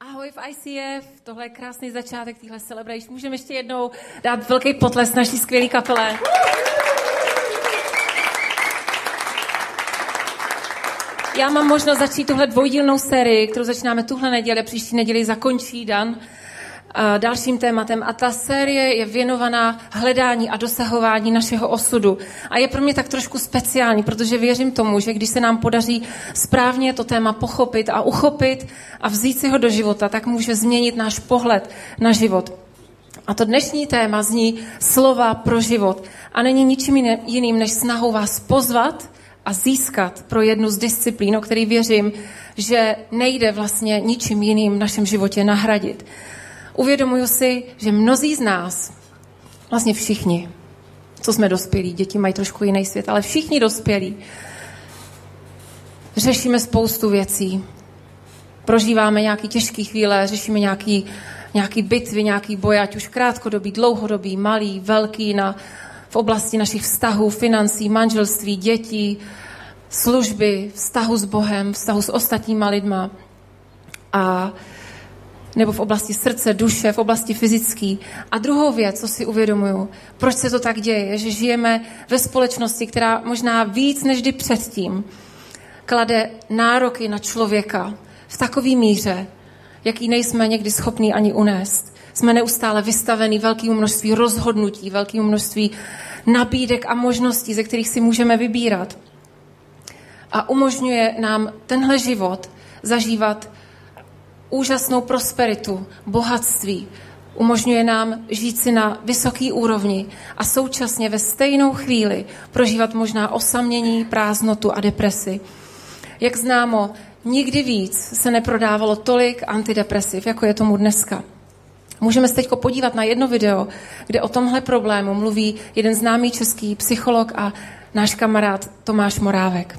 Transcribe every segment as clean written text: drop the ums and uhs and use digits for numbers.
Ahoj v ICF, tohle je krásný začátek téhle celebration. Můžeme ještě jednou dát velký potlesk naší skvělé kapele. Já mám možnost začít tuhle dvoudílnou sérii, kterou začínáme tuhle neděli a příští neděli zakončí Dan dalším tématem. A ta série je věnovaná hledání a dosahování našeho osudu. A je pro mě tak trošku speciální, protože věřím tomu, že když se nám podaří správně to téma pochopit a uchopit a vzít si ho do života, tak může změnit náš pohled na život. A to dnešní téma zní slova pro život. A není ničím jiným, než snahou vás pozvat a získat pro jednu z disciplín, o který věřím, že nejde vlastně ničím jiným v našem životě nahradit. Uvědomuji si, že mnozí z nás, vlastně všichni, co jsme dospělí, děti mají trošku jiný svět, ale všichni dospělí, řešíme spoustu věcí. Prožíváme nějaké těžké chvíle, řešíme nějaký bitvy, nějaký boj, ať už krátkodobý, dlouhodobý, malý, velký, v oblasti našich vztahů, financí, manželství, dětí, služby, vztahu s Bohem, vztahu s ostatníma lidma nebo v oblasti srdce, duše, v oblasti fyzické. A druhou věc, co si uvědomuju, proč se to tak děje, je, že žijeme ve společnosti, která možná víc než kdy předtím klade nároky na člověka v takové míře, jaký nejsme někdy schopní ani unést. Jsme neustále vystaveni velkému množství rozhodnutí, velkému množství nabídek a možností, ze kterých si můžeme vybírat. A umožňuje nám tenhle život zažívat úžasnou prosperitu, bohatství. Umožňuje nám žít si na vysoké úrovni a současně ve stejnou chvíli prožívat možná osamění, prázdnotu a depresi. Jak známo, nikdy víc se neprodávalo tolik antidepresiv, jako je tomu dneska. Můžeme se teď podívat na jedno video, kde o tomhle problému mluví jeden známý český psycholog a náš kamarád Tomáš Morávek.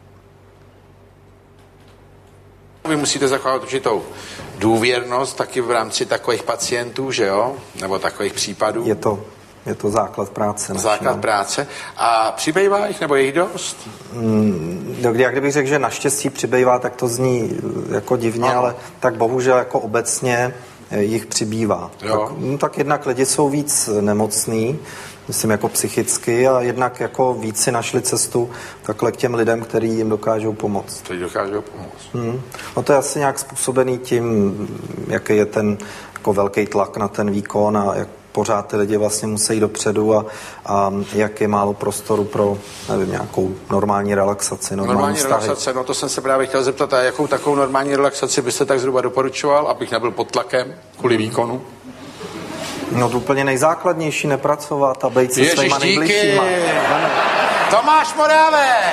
Vy musíte zachovat určitou důvěrnost taky v rámci takových pacientů, že jo? Nebo takových případů. Je to základ práce. Základ práce. A přibývá jich, nebo je jich dost? Já kdybych řekl, že naštěstí přibývá, tak to zní jako divně, ale tak bohužel jako obecně jich přibývá. Tak jednak lidi jsou víc nemocný, myslím jako psychicky, a jednak jako víc si našli cestu takhle k těm lidem, kteří jim dokážou pomoct. No to je asi nějak způsobený tím, jaký je ten jako velký tlak na ten výkon a jak pořád ty lidi vlastně musí dopředu a jak je málo prostoru pro, nevím, nějakou normální relaxaci. Normální relaxace, no to jsem se právě chtěl zeptat, a jakou takovou normální relaxaci byste tak zhruba doporučoval, abych nebyl pod tlakem kvůli výkonu? No to úplně nejzákladnější, nepracovat a být se svýma nejbližšíma. Tomáš Morávek!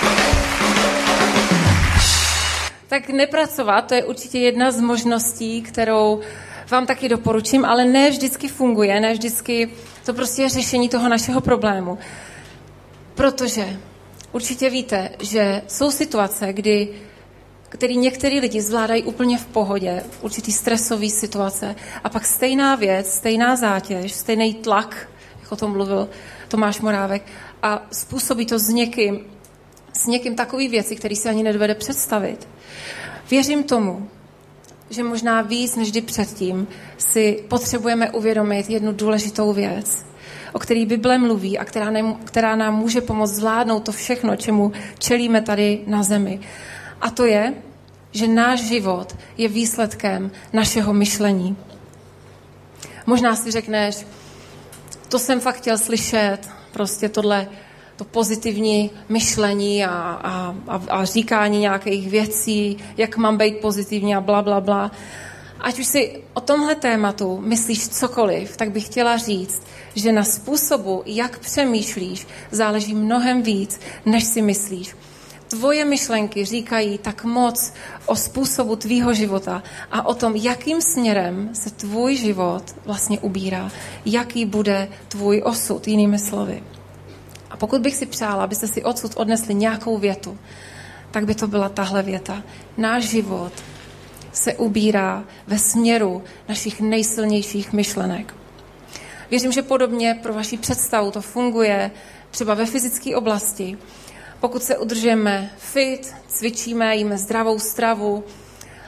Tak nepracovat, to je určitě jedna z možností, kterou vám taky doporučím, ale ne vždycky funguje, ne vždycky to prostě je řešení toho našeho problému. Protože určitě víte, že jsou situace, který některý lidi zvládají úplně v pohodě, určitý stresový situace, a pak stejná věc, stejná zátěž, stejný tlak, jako o tom mluvil Tomáš Morávek, a způsobí to s někým takový věci, který si ani nedovede představit. Věřím tomu, že možná víc než kdy předtím si potřebujeme uvědomit jednu důležitou věc, o který Bible mluví a která nám může pomoct zvládnout to všechno, čemu čelíme tady na zemi. A to je, že náš život je výsledkem našeho myšlení. Možná si řekneš, to jsem fakt chtěl slyšet, prostě tohle, to pozitivní myšlení a říkání nějakých věcí, jak mám být pozitivní a bla, bla, bla. Ať už si o tomhle tématu myslíš cokoliv, tak bych chtěla říct, že na způsobu, jak přemýšlíš, záleží mnohem víc, než si myslíš. Tvoje myšlenky říkají tak moc o způsobu tvýho života a o tom, jakým směrem se tvůj život vlastně ubírá, jaký bude tvůj osud, jinými slovy. A pokud bych si přála, abyste si odsud odnesli nějakou větu, tak by to byla tahle věta. Náš život se ubírá ve směru našich nejsilnějších myšlenek. Věřím, že podobně pro vaši představu to funguje třeba ve fyzické oblasti. Pokud se udržujeme fit, cvičíme, jíme zdravou stravu,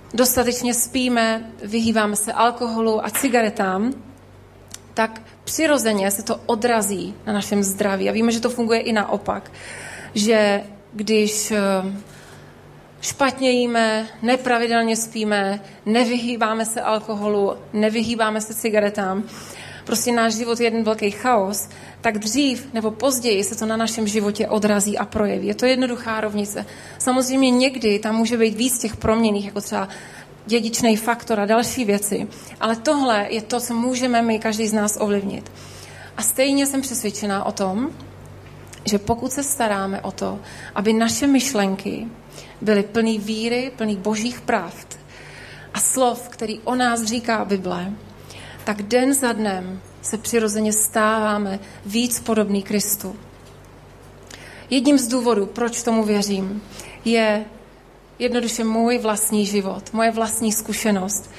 dostatečně spíme, vyhýbáme se alkoholu a cigaretám, tak přirozeně se to odrazí na našem zdraví. A víme, že to funguje i naopak. Že když špatně jíme, nepravidelně spíme, nevyhýbáme se alkoholu, nevyhýbáme se cigaretám, prostě náš život je jeden velký chaos, tak dřív nebo později se to na našem životě odrazí a projeví. Je to jednoduchá rovnice. Samozřejmě někdy tam může být víc těch proměnných, jako třeba dědičný faktor a další věci. Ale tohle je to, co můžeme my, každý z nás, ovlivnit. A stejně jsem přesvědčená o tom, že pokud se staráme o to, aby naše myšlenky byly plný víry, plný božích pravd a slov, který o nás říká Bible, tak den za dnem se přirozeně stáváme víc podobný Kristu. Jedním z důvodů, proč tomu věřím, je jednoduše můj vlastní život, moje vlastní zkušenost.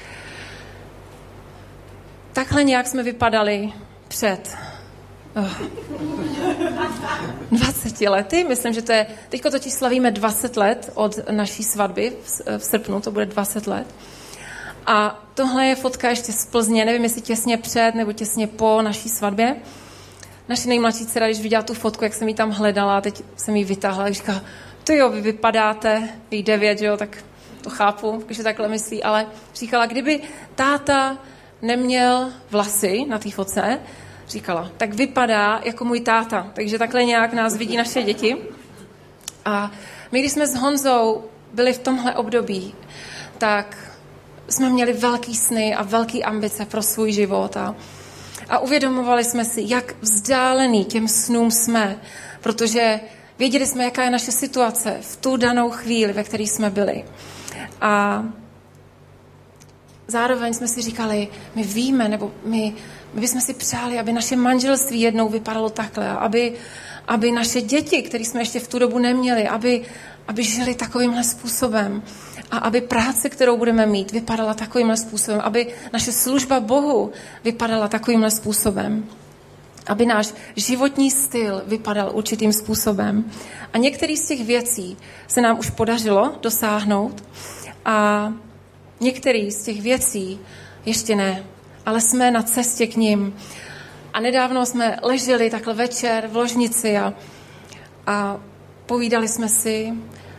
Takhle nějak jsme vypadali před 20 lety. Myslím, že to je... Teďko totiž slavíme 20 let od naší svatby v srpnu, to bude 20 let. A tohle je fotka ještě z Plzně, nevím, jestli těsně před nebo těsně po naší svatbě. Naše nejmladší dcera, když viděla tu fotku, jak jsem ji tam hledala, teď jsem ji vytáhla, tak říká, ty jo, vy vypadáte, jí 9, že jo, tak to chápu, že takhle myslí, ale říkala, kdyby táta neměl vlasy na té fotce, říkala, tak vypadá jako můj táta, takže takhle nějak nás vidí naše děti. A my, když jsme s Honzou byli v tomhle období, tak jsme měli velký sny a velký ambice pro svůj život a uvědomovali jsme si, jak vzdálený těm snům jsme, protože věděli jsme, jaká je naše situace v tu danou chvíli, ve které jsme byli. A zároveň jsme si říkali, my víme, nebo my bychom si přáli, aby naše manželství jednou vypadalo takhle, aby naše děti, které jsme ještě v tu dobu neměli, aby žili takovýmhle způsobem a aby práce, kterou budeme mít, vypadala takovýmhle způsobem, aby naše služba Bohu vypadala takovýmhle způsobem, aby náš životní styl vypadal určitým způsobem. A některý z těch věcí se nám už podařilo dosáhnout a některý z těch věcí ještě ne, ale jsme na cestě k nim. A nedávno jsme leželi takhle večer v ložnici a povídali jsme si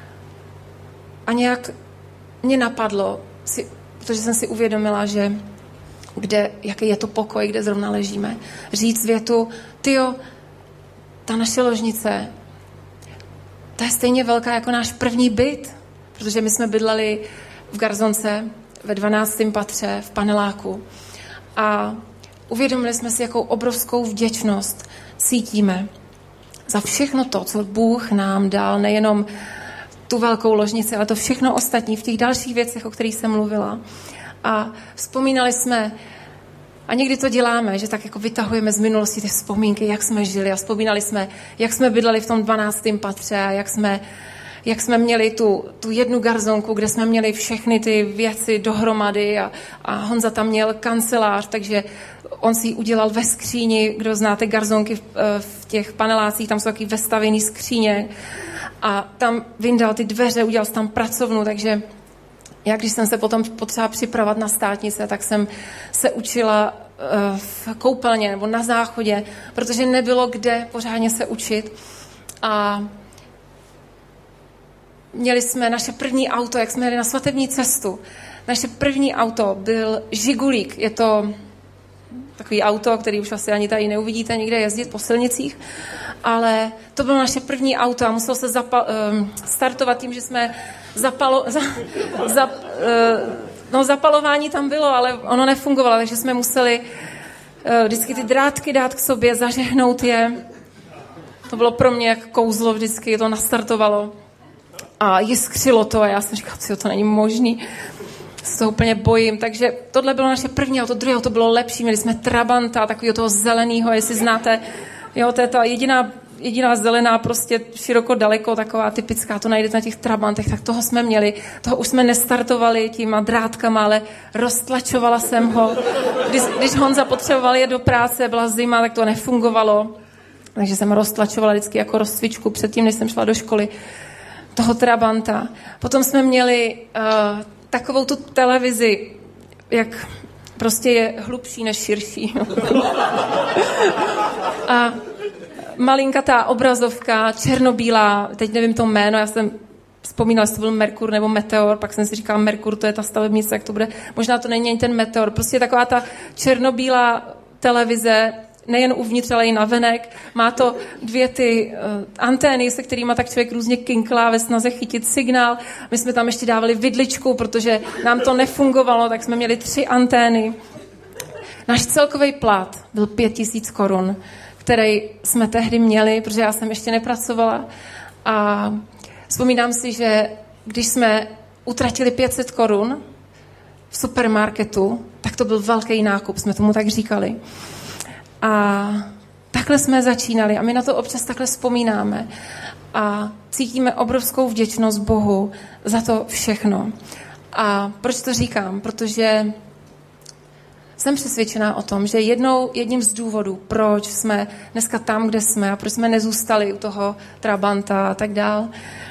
a nějak mě napadlo, protože jsem si uvědomila, že jaký je to pokoj, kde zrovna ležíme, říct větu, tyjo, ta naše ložnice, ta je stejně velká jako náš první byt, protože my jsme bydleli v Garzonce ve 12. patře v paneláku a uvědomili jsme si, jakou obrovskou vděčnost cítíme za všechno to, co Bůh nám dal, nejenom tu velkou ložnici, ale to všechno ostatní v těch dalších věcech, o kterých jsem mluvila. A vzpomínali jsme, a někdy to děláme, že tak jako vytahujeme z minulosti ty vzpomínky, jak jsme žili a vzpomínali jsme, jak jsme bydleli v tom 12. patře a jak jsme měli tu jednu garzonku, kde jsme měli všechny ty věci dohromady a Honza tam měl kancelář, takže on si ji udělal ve skříni, kdo znáte garzonky v těch panelácích, tam jsou taky vestavěný skříně a tam vyndal ty dveře, udělal tam pracovnu, takže já, když jsem se potom potřeba připravovat na státnice, tak jsem se učila v koupelně nebo na záchodě, protože nebylo kde pořádně se učit. A měli jsme naše první auto, jak jsme jeli na svatební cestu. Naše první auto byl Žigulík. Je to takový auto, který už asi ani tady neuvidíte nikde jezdit po silnicích, ale to bylo naše první auto a muselo se startovat tím, že jsme zapalování tam bylo, ale ono nefungovalo, takže jsme museli vždycky ty drátky dát k sobě, zažehnout je. To bylo pro mě jak kouzlo vždycky, to nastartovalo a jiskřilo to a já jsem říkala, to není možný, se to úplně bojím, takže tohle bylo naše první auto, druhé auto bylo lepší, měli jsme Trabanta, takového toho zeleného, jestli znáte, jo, to je ta jediná zelená, prostě široko daleko, taková typická, to najdete na těch Trabantech, tak toho jsme měli, toho už jsme nestartovali těma drátkama, ale roztlačovala jsem ho, když Honza potřeboval jet do práce, byla zima, tak to nefungovalo, takže jsem roztlačovala vždycky jako rozcvičku předtím, než jsem šla do školy, toho Trabanta. Potom jsme měli takovou tu televizi, jak prostě je hlubší než širší. A malinkatá obrazovka, černobílá, teď nevím to jméno, já jsem vzpomínala, jestli to byl Merkur nebo Meteor, pak jsem si říkala, Merkur, to je ta stavebnice, jak to bude, možná to není ani ten Meteor, prostě taková ta černobílá televize, nejen uvnitř, ale i navenek. Má to 2 ty antény, se kterými tak člověk různě kinklá ve snaze chytit signál. My jsme tam ještě dávali vidličku, protože nám to nefungovalo, tak jsme měli 3 antény. Náš celkový plat byl 5 000 korun, který jsme tehdy měli, protože já jsem ještě nepracovala. A vzpomínám si, že když jsme utratili 500 korun v supermarketu, tak to byl velký nákup, jsme tomu tak říkali. A takhle jsme začínali a my na to občas takhle vzpomínáme a cítíme obrovskou vděčnost Bohu za to všechno. A proč to říkám? Protože jsem přesvědčená o tom, že jedním z důvodů, proč jsme dneska tam, kde jsme a proč jsme nezůstali u toho Trabanta a tak dál,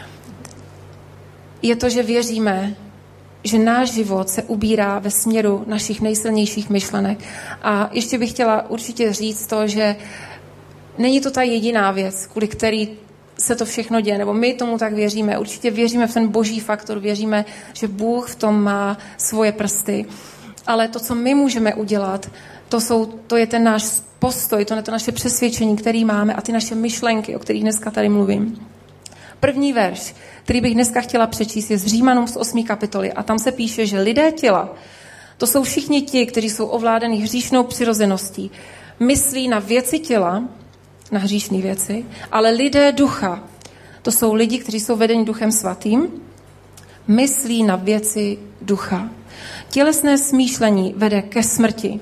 je to, že věříme, že náš život se ubírá ve směru našich nejsilnějších myšlenek. A ještě bych chtěla určitě říct to, že není to ta jediná věc, kvůli který se to všechno děje, nebo my tomu tak věříme. Určitě věříme v ten boží faktor, věříme, že Bůh v tom má svoje prsty. Ale to, co my můžeme udělat, to je ten náš postoj, to je to naše přesvědčení, který máme a ty naše myšlenky, o kterých dneska tady mluvím. První verš, který bych dneska chtěla přečíst, je z Římanům z 8. kapitoly a tam se píše, že lidé těla, to jsou všichni ti, kteří jsou ovládaní hříšnou přirozeností, myslí na věci těla, na hříšné věci, ale lidé ducha, to jsou lidi, kteří jsou vedeni Duchem Svatým, myslí na věci ducha. Tělesné smýšlení vede ke smrti,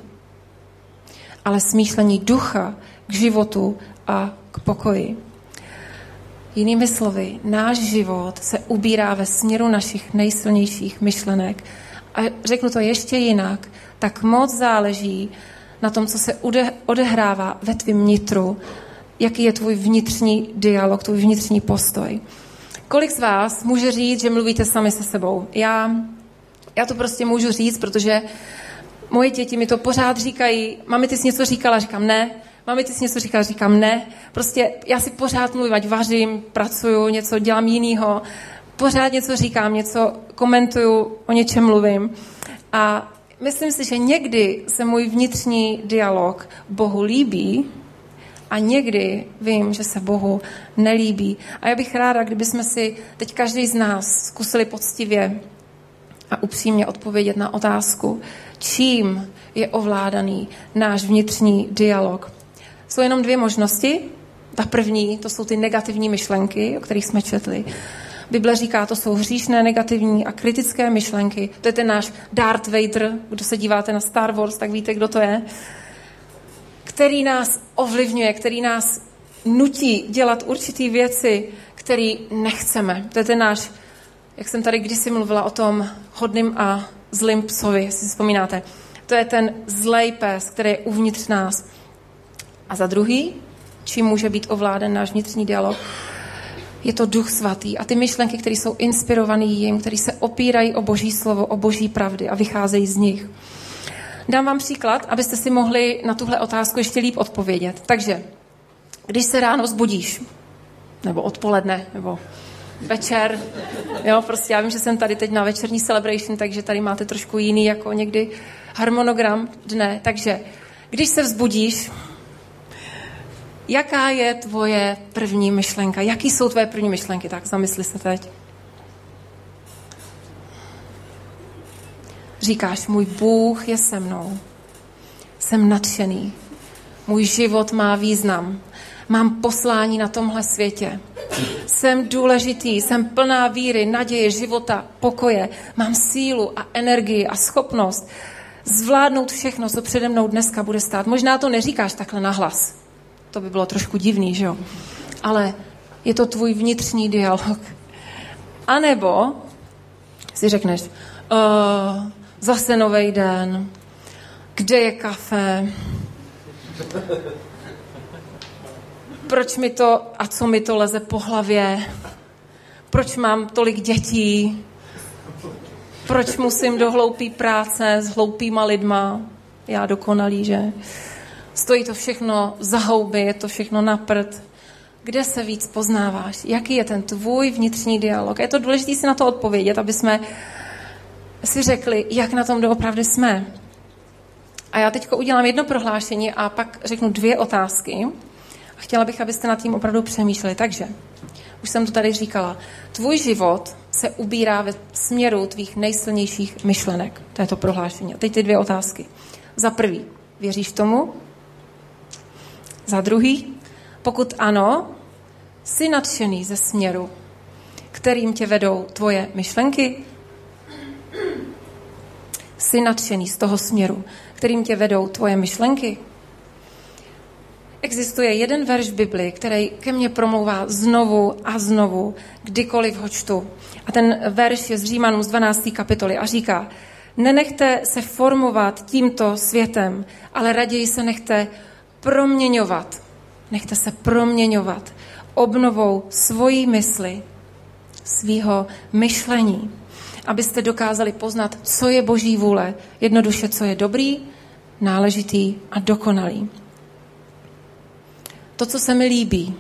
ale smýšlení ducha k životu a k pokoji. Jinými slovy, náš život se ubírá ve směru našich nejsilnějších myšlenek. A řeknu to ještě jinak, tak moc záleží na tom, co se odehrává ve tvém nitru, jaký je tvůj vnitřní dialog, tvůj vnitřní postoj. Kolik z vás může říct, že mluvíte sami se sebou? Já to prostě můžu říct, protože moje děti mi to pořád říkají, mami, ty jsi něco říkala, říkám ne, mami, ty jsi něco říkala, říkám ne. Prostě já si pořád mluvím, ať vařím, pracuju, něco dělám jinýho, pořád něco říkám, něco komentuju, o něčem mluvím. A myslím si, že někdy se můj vnitřní dialog Bohu líbí a někdy vím, že se Bohu nelíbí. A já bych ráda, kdyby jsme si teď každý z nás zkusili poctivě a upřímně odpovědět na otázku, čím je ovládaný náš vnitřní dialog. Jsou jenom 2 možnosti. Ta první, to jsou ty negativní myšlenky, o kterých jsme četli. Bible říká, to jsou hříšné, negativní a kritické myšlenky. To je ten náš Darth Vader, kdo se díváte na Star Wars, tak víte, kdo to je. Který nás ovlivňuje, který nás nutí dělat určitý věci, které nechceme. To je ten náš, jak jsem tady kdysi mluvila o tom hodným a zlým psovi, jestli si vzpomínáte. To je ten zlej pes, který je uvnitř nás. A za druhý, čím může být ovláden náš vnitřní dialog, je to Duch Svatý a ty myšlenky, které jsou inspirované jim, které se opírají o Boží slovo, o Boží pravdy a vycházejí z nich. Dám vám příklad, abyste si mohli na tuhle otázku ještě líp odpovědět. Takže, když se ráno vzbudíš, nebo odpoledne, nebo večer, jo, prostě já vím, že jsem tady teď na večerní celebration, takže tady máte trošku jiný jako někdy harmonogram dne. Takže, když se vzbudíš, jaká je tvoje první myšlenka? Jaký jsou tvoje první myšlenky? Tak zamysli se teď. Říkáš, můj Bůh je se mnou. Jsem nadšený. Můj život má význam. Mám poslání na tomhle světě. Jsem důležitý, jsem plná víry, naděje, života, pokoje. Mám sílu a energii a schopnost zvládnout všechno, co přede mnou dneska bude stát. Možná to neříkáš takhle nahlas. To by bylo trošku divný, že jo? Ale je to tvůj vnitřní dialog. A nebo si řekneš, zase novej den, kde je kafe, proč mi to a co mi to leze po hlavě, proč mám tolik dětí, Proč musím do hloupý práce s hloupýma lidma? Já dokonalý, že? Stojí to všechno za houby, je to všechno na prd. Kde se víc poznáváš? Jaký je ten tvůj vnitřní dialog? Je to důležité si na to odpovědět, aby jsme si řekli, jak na tom doopravdy jsme. A já teď udělám jedno prohlášení a pak řeknu 2 otázky. A chtěla bych, abyste nad tím opravdu přemýšleli. Takže, už jsem to tady říkala, tvůj život se ubírá ve směru tvých nejsilnějších myšlenek. To je to prohlášení. A teď ty 2 otázky. Za prvý, věříš tomu? Za druhý, pokud ano, jsi nadšený ze směru, kterým tě vedou tvoje myšlenky? Jsi nadšený z toho směru, kterým tě vedou tvoje myšlenky? Existuje jeden verš v Bibli, který ke mně promlouvá znovu a znovu, kdykoliv ho čtu. A ten verš je z Římanům z 12. kapitoly a říká: nenechte se formovat tímto světem, ale raději se nechte proměňovat. Nechte se proměňovat obnovou svojí mysli, svýho myšlení, abyste dokázali poznat, co je Boží vůle, jednoduše, co je dobrý, náležitý a dokonalý. To, co se mi líbí,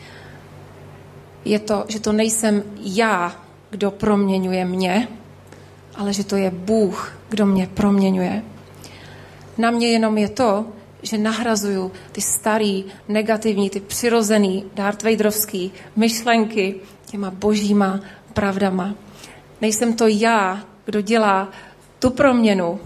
je to, že to nejsem já, kdo proměňuje mě, ale že to je Bůh, kdo mě proměňuje. Na mě jenom je to, že nahrazuju ty starý, negativní, ty přirozený, darthvaderovský myšlenky těma božíma pravdama. Nejsem to já, kdo dělá tu proměnu.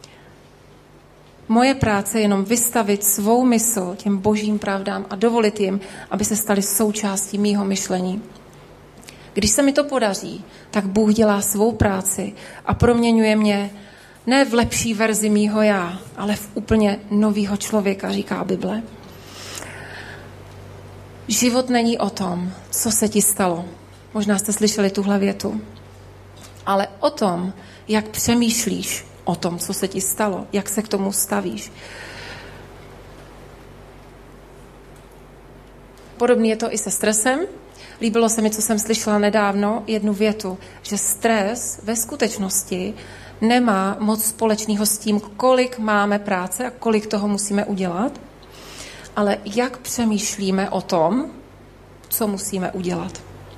Moje práce je jenom vystavit svou mysl těm božím pravdám a dovolit jim, aby se staly součástí mýho myšlení. Když se mi to podaří, tak Bůh dělá svou práci a proměňuje mě ne v lepší verzi mýho já, ale v úplně novýho člověka, říká Bible. Život není o tom, co se ti stalo. Možná jste slyšeli tuhle větu. Ale o tom, jak přemýšlíš o tom, co se ti stalo, jak se k tomu stavíš. Podobně je to i se stresem. Líbilo se mi, co jsem slyšela nedávno, jednu větu, že stres ve skutečnosti nemá moc společného s tím, kolik máme práce a kolik toho musíme udělat, ale jak přemýšlíme o tom, co musíme udělat.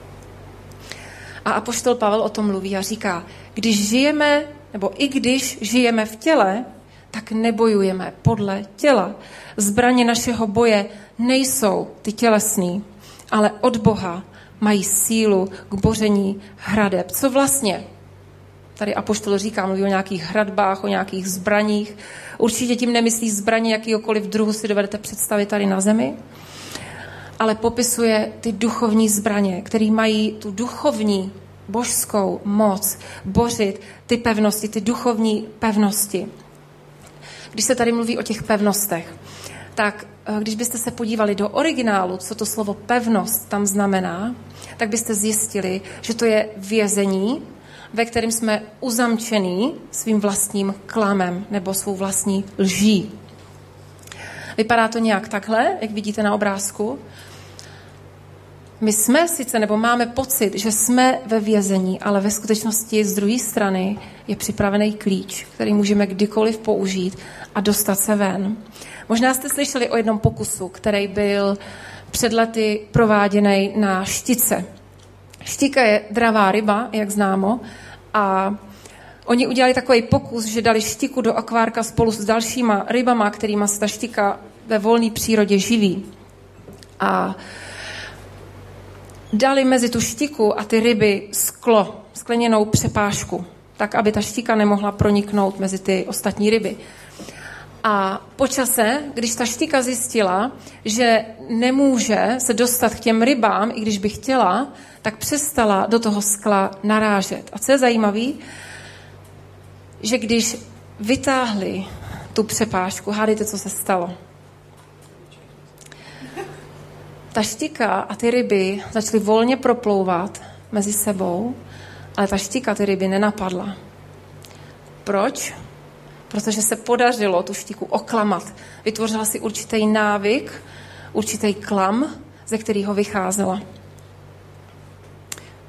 A apoštol Pavel o tom mluví a říká, když žijeme v těle, tak nebojujeme podle těla. Zbraně našeho boje nejsou ty tělesný, ale od Boha mají sílu k boření hradeb. Co vlastně? Tady apoštol říká, mluví o nějakých hradbách, o nějakých zbraních. Určitě tím nemyslí zbraně jakýkoliv druhu si dovedete představit tady na zemi, ale popisuje ty duchovní zbraně, které mají tu duchovní božskou moc bořit ty pevnosti, ty duchovní pevnosti. Když se tady mluví o těch pevnostech, tak když byste se podívali do originálu, co to slovo pevnost tam znamená, tak byste zjistili, že to je vězení, ve kterém jsme uzamčený svým vlastním klamem nebo svou vlastní lží. Vypadá to nějak takhle, jak vidíte na obrázku. My jsme sice, nebo máme pocit, že jsme ve vězení, ale ve skutečnosti z druhé strany je připravený klíč, který můžeme kdykoliv použít a dostat se ven. Možná jste slyšeli o jednom pokusu, který byl před lety prováděný na štice. Štika je dravá ryba, jak známo, a oni udělali takový pokus, že dali štiku do akvárka spolu s dalšíma rybama, kterýma se ta štika ve volné přírodě živí. A dali mezi tu štiku a ty ryby sklo, skleněnou přepážku, tak, aby ta štika nemohla proniknout mezi ty ostatní ryby. A po čase, když ta štika zjistila, že nemůže se dostat k těm rybám, i když by chtěla, tak přestala do toho skla narážet. A co je zajímavé, že když vytáhli tu přepážku, hádejte, co se stalo. Ta štika a ty ryby začaly volně proplouvat mezi sebou, ale ta štika ty ryby nenapadla. Proč? Protože se podařilo tu štiku oklamat. Vytvořila si určitý návyk, určitý klam, ze kterého vycházela.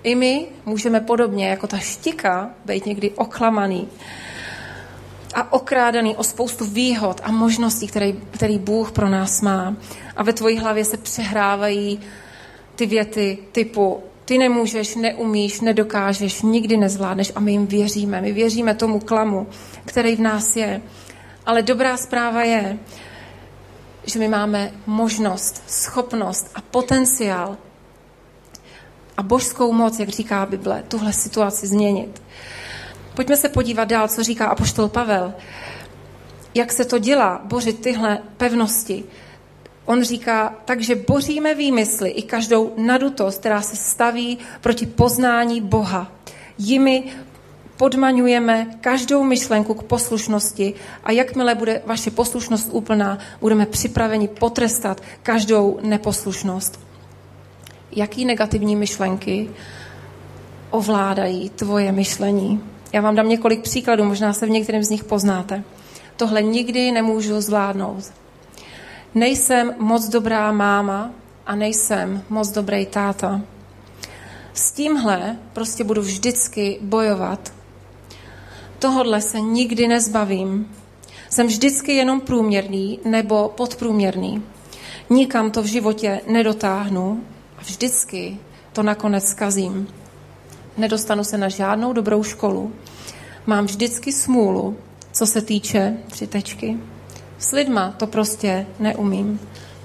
I my můžeme podobně jako ta štika být někdy oklamaný a okrádaný o spoustu výhod a možností, který Bůh pro nás má. A ve tvojí hlavě se přehrávají ty věty typu ty nemůžeš, neumíš, nedokážeš, nikdy nezvládneš a my jim věříme. My věříme tomu klamu, který v nás je. Ale dobrá zpráva je, že my máme možnost, schopnost a potenciál a božskou moc, jak říká Bible, tuhle situaci změnit. Pojďme se podívat dál, co říká apoštol Pavel. Jak se to dělá, bořit tyhle pevnosti. On říká, takže boříme výmysly i každou nadutost, která se staví proti poznání Boha. Jimi podmaňujeme každou myšlenku k poslušnosti a jakmile bude vaše poslušnost úplná, budeme připraveni potrestat každou neposlušnost. Jaký negativní myšlenky ovládají tvoje myšlení? Já vám dám několik příkladů, možná se v některém z nich poznáte. Tohle nikdy nemůžu zvládnout. Nejsem moc dobrá máma a nejsem moc dobrý táta. S tímhle prostě budu vždycky bojovat. Tohodle se nikdy nezbavím. Jsem vždycky jenom průměrný nebo podprůměrný. Nikam to v životě nedotáhnu a vždycky to nakonec zkazím. Nedostanu se na žádnou dobrou školu. Mám vždycky smůlu, co se týče 3 tečky. S lidma to prostě neumím.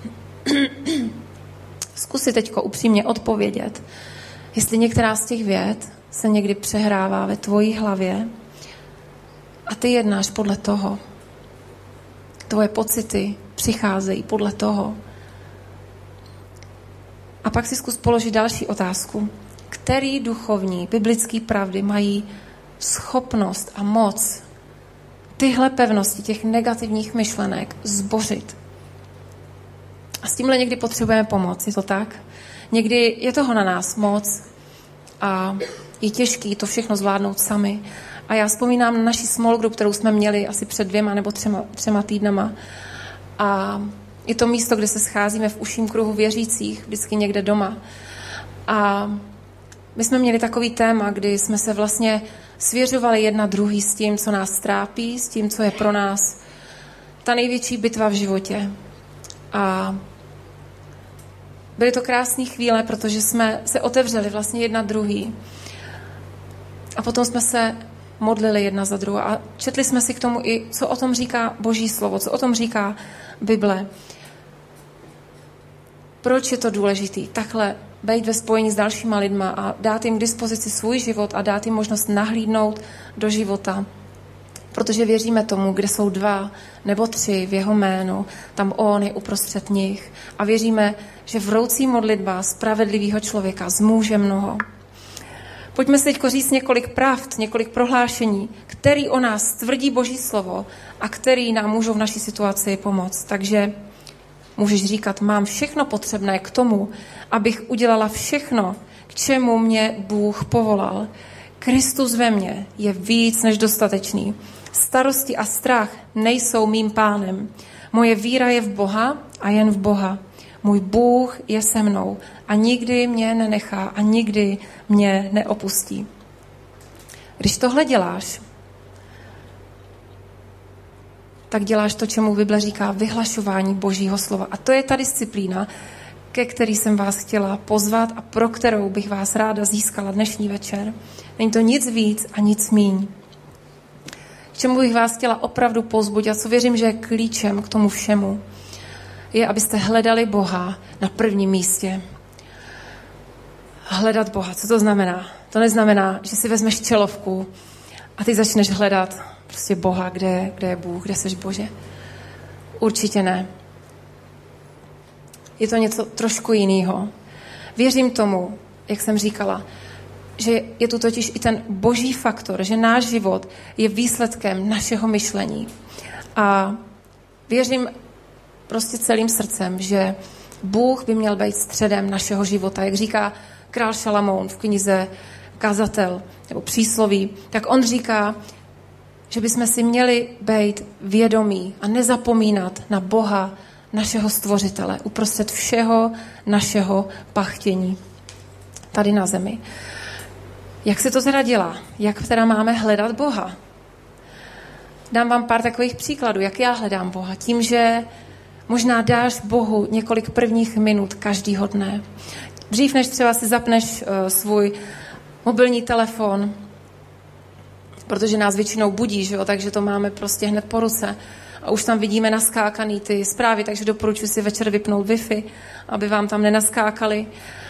Zkus si teďko upřímně odpovědět, jestli některá z těch vět se někdy přehrává ve tvojí hlavě a ty jednáš podle toho. Tvoje pocity přicházejí podle toho. A pak si zkus položit další otázku. Který duchovní, biblický pravdy mají schopnost a moc tyhle pevnosti těch negativních myšlenek zbořit? A s tímhle někdy potřebujeme pomoc, je to tak? Někdy je toho na nás moc a je těžký to všechno zvládnout sami. A já vzpomínám na naši small group, kterou jsme měli asi před 2 nebo 3 týdnama. A je to místo, kde se scházíme v užším kruhu věřících, vždycky někde doma. A my jsme měli takový téma, kdy jsme se vlastně svěřovali jedna druhý s tím, co nás trápí, s tím, co je pro nás ta největší bitva v životě. A byly to krásné chvíle, protože jsme se otevřeli vlastně jedna druhý. A potom jsme se modlili jedna za druhou a četli jsme si k tomu i, co o tom říká Boží slovo, co o tom říká Bible. Proč je to důležitý? Takhle být ve spojení s dalšíma lidma a dát jim k dispozici svůj život a dát jim možnost nahlídnout do života. Protože věříme tomu, kde jsou 2 nebo 3 v jeho jménu, tam on je uprostřed nich. A věříme, že vroucí modlitba spravedlivého člověka zmůže mnoho. Pojďme si teď říct několik pravd, několik prohlášení, který o nás tvrdí Boží slovo a který nám můžou v naší situaci pomoct. Takže můžeš říkat, mám všechno potřebné k tomu, abych udělala všechno, k čemu mě Bůh povolal. Kristus ve mně je víc než dostatečný. Starosti a strach nejsou mým pánem. Moje víra je v Boha a jen v Boha. Můj Bůh je se mnou a nikdy mě nenechá a nikdy mě neopustí. Když tohle děláš, tak děláš to, čemu Bible říká vyhlašování Božího slova. A to je ta disciplína, ke který jsem vás chtěla pozvat a pro kterou bych vás ráda získala dnešní večer. Není to nic víc a nic míň. K čemu bych vás chtěla opravdu povzbudit a co věřím, že je klíčem k tomu všemu, je, abyste hledali Boha na prvním místě. Hledat Boha, co to znamená? To neznamená, že si vezmeš čelovku a ty začneš hledat prostě Boha, kde je Bůh, kde seš Bože. Určitě ne. Je to něco trošku jiného. Věřím tomu, jak jsem říkala, že je tu totiž i ten boží faktor, že náš život je výsledkem našeho myšlení. A věřím prostě celým srdcem, že Bůh by měl být středem našeho života. Jak říká král Šalamoun v knize Kazatel nebo Přísloví, tak on říká, že bychom si měli být vědomí a nezapomínat na Boha, našeho stvořitele, uprostřed všeho našeho pachtění tady na zemi. Jak se to teda dělá? Jak teda máme hledat Boha? Dám vám pár takových příkladů, jak já hledám Boha. Tím, že možná dáš Bohu několik prvních minut každýho dne. Dřív, než třeba si zapneš svůj mobilní telefon, protože nás většinou budí, že jo? Takže to máme prostě hned po ruce. A už tam vidíme naskákaný ty zprávy, takže doporučuji si večer vypnout Wi-Fi, aby vám tam nenaskákali.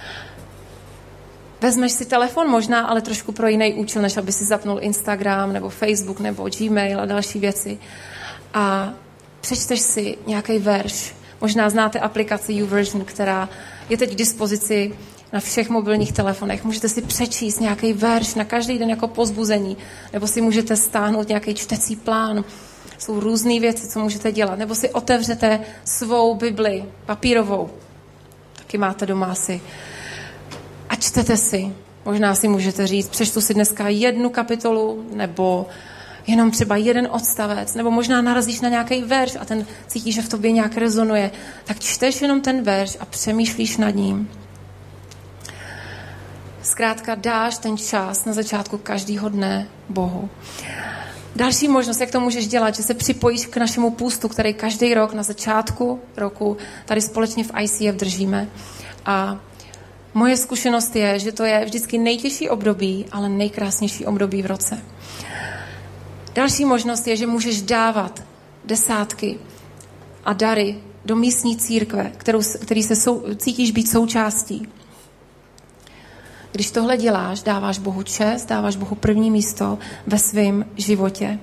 Vezmeš si telefon možná, ale trošku pro jiný účel, než aby si zapnul Instagram nebo Facebook nebo Gmail a další věci. A přečteš si nějaký verš. Možná znáte aplikaci YouVersion, která je teď k dispozici na všech mobilních telefonech. Můžete si přečíst nějaký verš na každý den jako povzbuzení, nebo si můžete stáhnout nějaký čtecí plán. Jsou různé věci, co můžete dělat. Nebo si otevřete svou Bibli, papírovou. Taky máte doma asi. A čtete si. Možná si můžete říct, přečtu si dneska 1 kapitolu, nebo jenom třeba 1 odstavec, nebo možná narazíš na nějaký verš a ten cítíš, že v tobě nějak rezonuje. Tak čteš jenom ten verš a přemýšlíš nad ním. Zkrátka dáš ten čas na začátku každého dne Bohu. Další možnost, jak to můžeš dělat, že se připojíš k našemu půstu, který každý rok na začátku roku tady společně v ICF držíme. A moje zkušenost je, že to je vždycky nejtěžší období, ale nejkrásnější období v roce. Další možnost je, že můžeš dávat desátky a dary do místní církve, který se cítíš být součástí. Když tohle děláš, dáváš Bohu čest, dáváš Bohu první místo ve svém životě.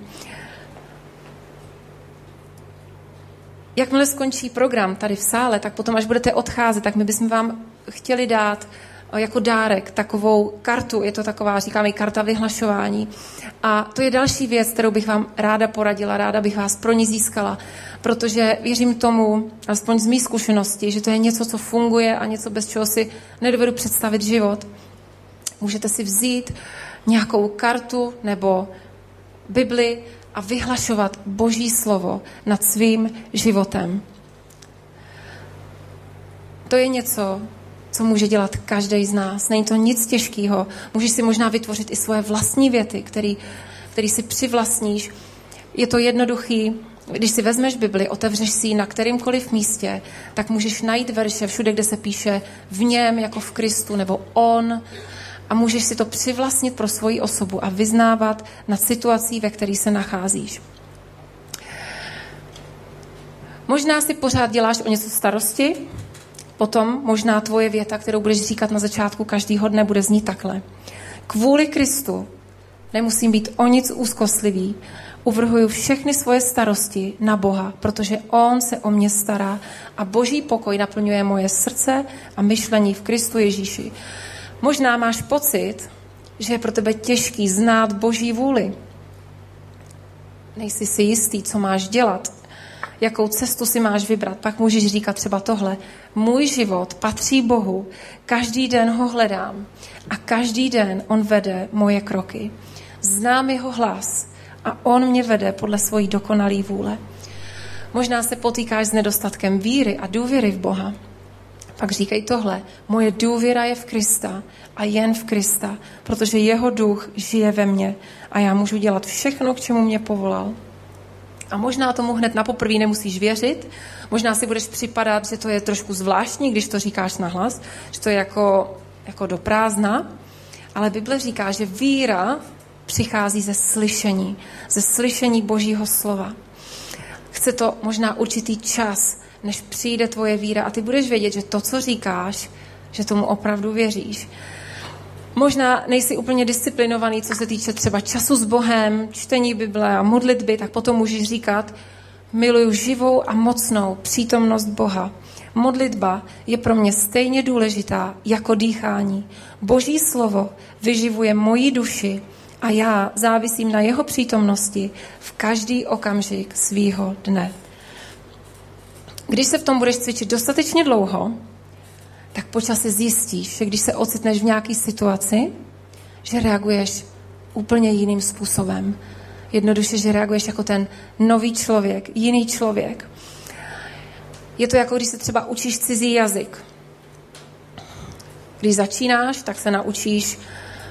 Jakmile skončí program tady v sále, tak potom, až budete odcházet, tak my bychom vám chtěli dát jako dárek takovou kartu, je to taková, říkáme, karta vyhlašování. A to je další věc, kterou bych vám ráda poradila, ráda bych vás pro ní získala, protože věřím tomu, alespoň z mých zkušeností, že to je něco, co funguje a něco, bez čeho si nedovedu představit život. Můžete si vzít nějakou kartu nebo Bibli a vyhlašovat Boží slovo nad svým životem. To je něco, co může dělat každý z nás. Není to nic těžkého. Můžeš si možná vytvořit i svoje vlastní věty, který si přivlastníš. Je to jednoduchý. Když si vezmeš Bibli, otevřeš si ji na kterémkoliv místě, tak můžeš najít verše všude, kde se píše v něm, jako v Kristu, nebo on. A můžeš si to přivlastnit pro svoji osobu a vyznávat nad situací, ve které se nacházíš. Možná si pořád děláš o něco starosti, potom možná tvoje věta, kterou budeš říkat na začátku každého dne, bude znít takhle. Kvůli Kristu nemusím být o nic úzkostlivý, uvrhuju všechny svoje starosti na Boha, protože on se o mě stará a Boží pokoj naplňuje moje srdce a myšlení v Kristu Ježíši. Možná máš pocit, že je pro tebe těžký znát Boží vůli. Nejsi si jistý, co máš dělat, jakou cestu si máš vybrat. Pak můžeš říkat třeba tohle. Můj život patří Bohu, každý den ho hledám a každý den on vede moje kroky. Znám jeho hlas a on mě vede podle svojí dokonalé vůle. Možná se potýkáš s nedostatkem víry a důvěry v Boha. Pak říkej tohle, moje důvěra je v Krista a jen v Krista, protože jeho duch žije ve mně a já můžu dělat všechno, k čemu mě povolal. A možná tomu hned na poprvé nemusíš věřit, možná si budeš připadat, že to je trošku zvláštní, když to říkáš nahlas, že to je jako do prázdna, ale Bible říká, že víra přichází ze slyšení Božího slova. Chce to možná určitý čas, než přijde tvoje víra a ty budeš vědět, že to, co říkáš, že tomu opravdu věříš. Možná nejsi úplně disciplinovaný, co se týče třeba času s Bohem, čtení Bible a modlitby, tak potom můžeš říkat, miluju živou a mocnou přítomnost Boha. Modlitba je pro mě stejně důležitá jako dýchání. Boží slovo vyživuje moji duši a já závisím na jeho přítomnosti v každý okamžik svýho dne. Když se v tom budeš cvičit dostatečně dlouho, tak po čase zjistíš, že když se ocitneš v nějaké situaci, že reaguješ úplně jiným způsobem. Jednoduše, že reaguješ jako ten nový člověk, jiný člověk. Je to jako když se třeba učíš cizí jazyk. Když začínáš, tak se naučíš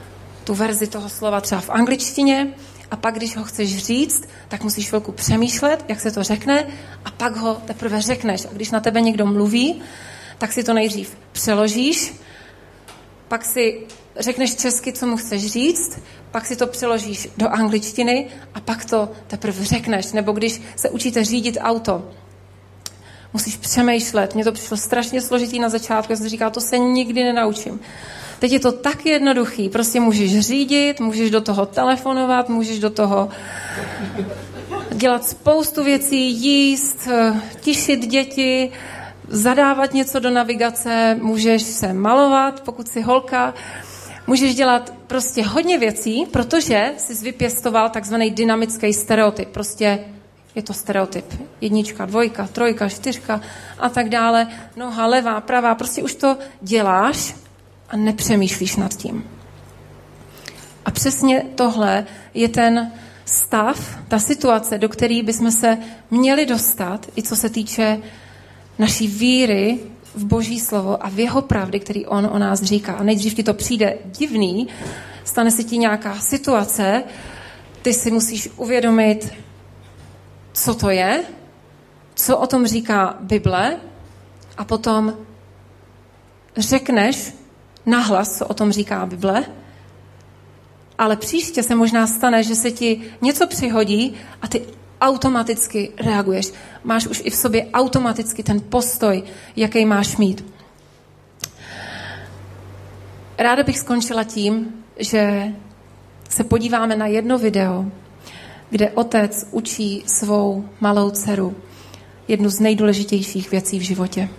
tu verzi toho slova třeba v angličtině a pak, když ho chceš říct, tak musíš chvilku přemýšlet, jak se to řekne a pak ho teprve řekneš. A když na tebe někdo mluví, tak si to nejdřív přeložíš, pak si řekneš česky, co mu chceš říct, pak si to přeložíš do angličtiny a pak to teprve řekneš. Nebo když se učíte řídit auto, musíš přemýšlet. Mně to přišlo strašně složitý na začátku, já jsem říkala, to se nikdy nenaučím. Teď je to tak jednoduchý, prostě můžeš řídit, můžeš do toho telefonovat, můžeš do toho dělat spoustu věcí, jíst, tišit děti, zadávat něco do navigace, můžeš se malovat, pokud jsi holka, můžeš dělat prostě hodně věcí, protože jsi vypěstoval takzvaný dynamický stereotyp. Prostě je to stereotyp. 1, 2, 3, 4 a tak dále. Noha levá, pravá, prostě už to děláš a nepřemýšlíš nad tím. A přesně tohle je ten stav, ta situace, do které bychom se měli dostat, i co se týče naší víry v Boží slovo a v jeho pravdy, který on o nás říká. A nejdřív ti to přijde divný, stane se ti nějaká situace, ty si musíš uvědomit, co to je, co o tom říká Bible a potom řekneš nahlas, co o tom říká Bible, ale příště se možná stane, že se ti něco přihodí a ty automaticky reaguješ. Máš už i v sobě automaticky ten postoj, jaký máš mít. Ráda bych skončila tím, že se podíváme na jedno video, kde otec učí svou malou dceru jednu z nejdůležitějších věcí v životě.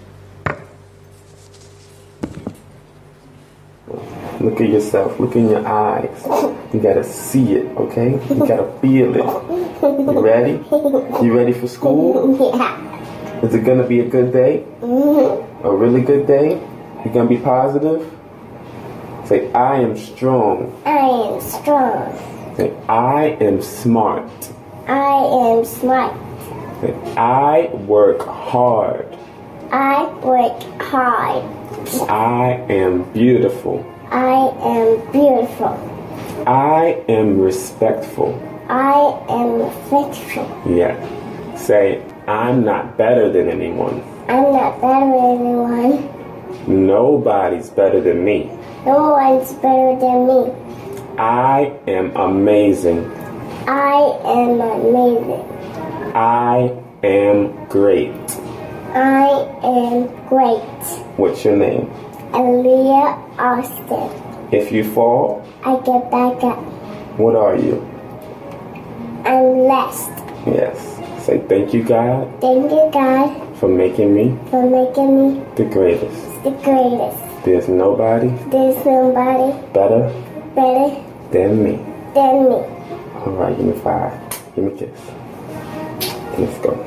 Look at yourself. Look in your eyes. You gotta see it, okay? You gotta feel it. You ready? You ready for school? Yeah. Is it gonna be a good day? A really good day? You gonna be positive? Say, I am strong. I am strong. Say, I am smart. I am smart. Say, I work hard. I work hard. I am beautiful. I am beautiful. I am respectful. I am faithful. Yeah. Say, I'm not better than anyone. I'm not better than anyone. Nobody's better than me. No one's better than me. I am amazing. I am amazing. I am great. I am great. What's your name? Aaliyah Austin. If you fall, I get back up. what are you? I'm blessed. Yes. Say thank you, God, Thank you, God, for making me for making me the greatest. the greatest. There's nobody There's nobody better better than me. than me. All right, give me 5. Give me a kiss. Let's go.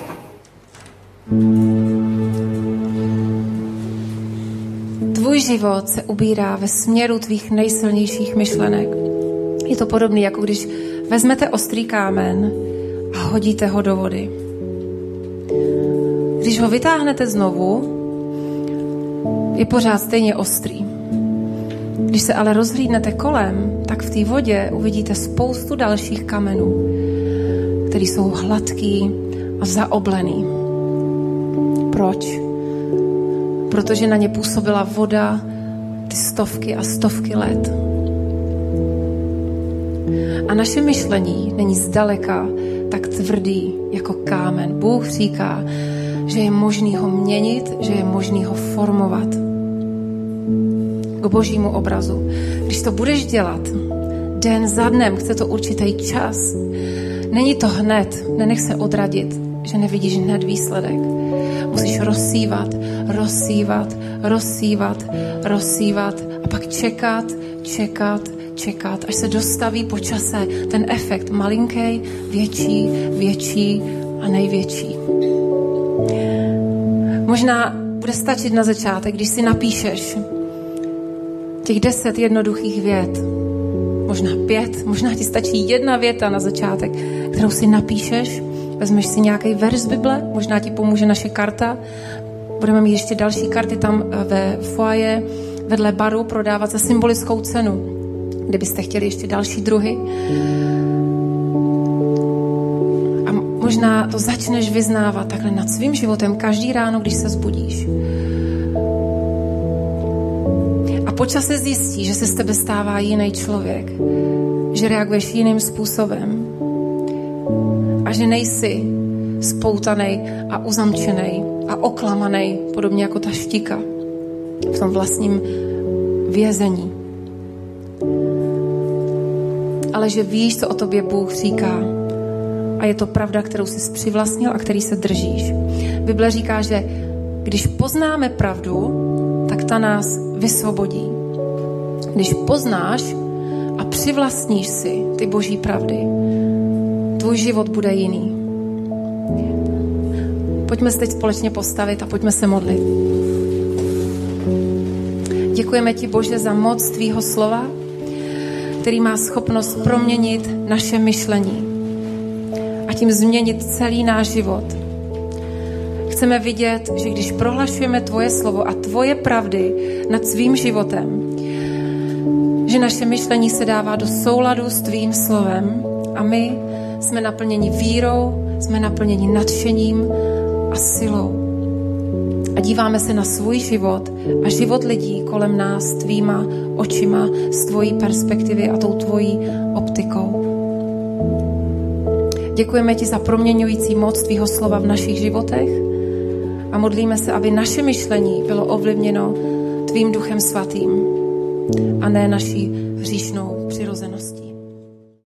Tvůj život se ubírá ve směru tvých nejsilnějších myšlenek. Je to podobné, jako když vezmete ostrý kámen a hodíte ho do vody. Když ho vytáhnete znovu, je pořád stejně ostrý. Když se ale rozhlídnete kolem, tak v té vodě uvidíte spoustu dalších kamenů, které jsou hladký a zaoblený. Proč? Protože na ně působila voda ty stovky a stovky let. A naše myšlení není zdaleka tak tvrdý jako kámen. Bůh říká, že je možný ho měnit, že je možný ho formovat k Božímu obrazu. Když to budeš dělat den za dnem, chce to určitý čas. Není to hned, nenech se odradit, že nevidíš hned výsledek. Musíš rozsívat a pak čekat, až se dostaví po čase ten efekt malinký, větší a největší. Možná bude stačit na začátek, když si napíšeš těch 10 jednoduchých vět, možná 5, možná ti stačí 1 věta na začátek, kterou si napíšeš, vezmeš si nějaký verš z Bible, možná ti pomůže naše karta, budeme mít ještě další karty tam ve foyer, vedle baru prodávat za symbolickou cenu. kdybyste chtěli ještě další druhy. A možná to začneš vyznávat takhle nad svým životem každý ráno, když se zbudíš. A po čase zjistíš, že se z tebe stává jiný člověk, že reaguješ jiným způsobem a že nejsi spoutanej a uzamčenej a oklamanej, podobně jako ta štika v tom vlastním vězení. Ale že víš, co o tobě Bůh říká a je to pravda, kterou jsi přivlastnil a který se držíš. Bible říká, že když poznáme pravdu, tak ta nás vysvobodí. Když poznáš a přivlastníš si ty boží pravdy, tvůj život bude jiný. Pojďme se teď společně postavit a pojďme se modlit. Děkujeme ti, Bože, za moc tvýho slova, který má schopnost proměnit naše myšlení a tím změnit celý náš život. Chceme vidět, že když prohlašujeme tvoje slovo a tvoje pravdy nad svým životem, že naše myšlení se dává do souladu s tvým slovem a my jsme naplněni vírou, jsme naplněni nadšením a silou. A díváme se na svůj život a život lidí kolem nás tvýma očima, z tvojí perspektivy a tou tvojí optikou. Děkujeme ti za proměňující moc tvýho slova v našich životech a modlíme se, aby naše myšlení bylo ovlivněno tvým Duchem Svatým a ne naší hříšnou přirozeností.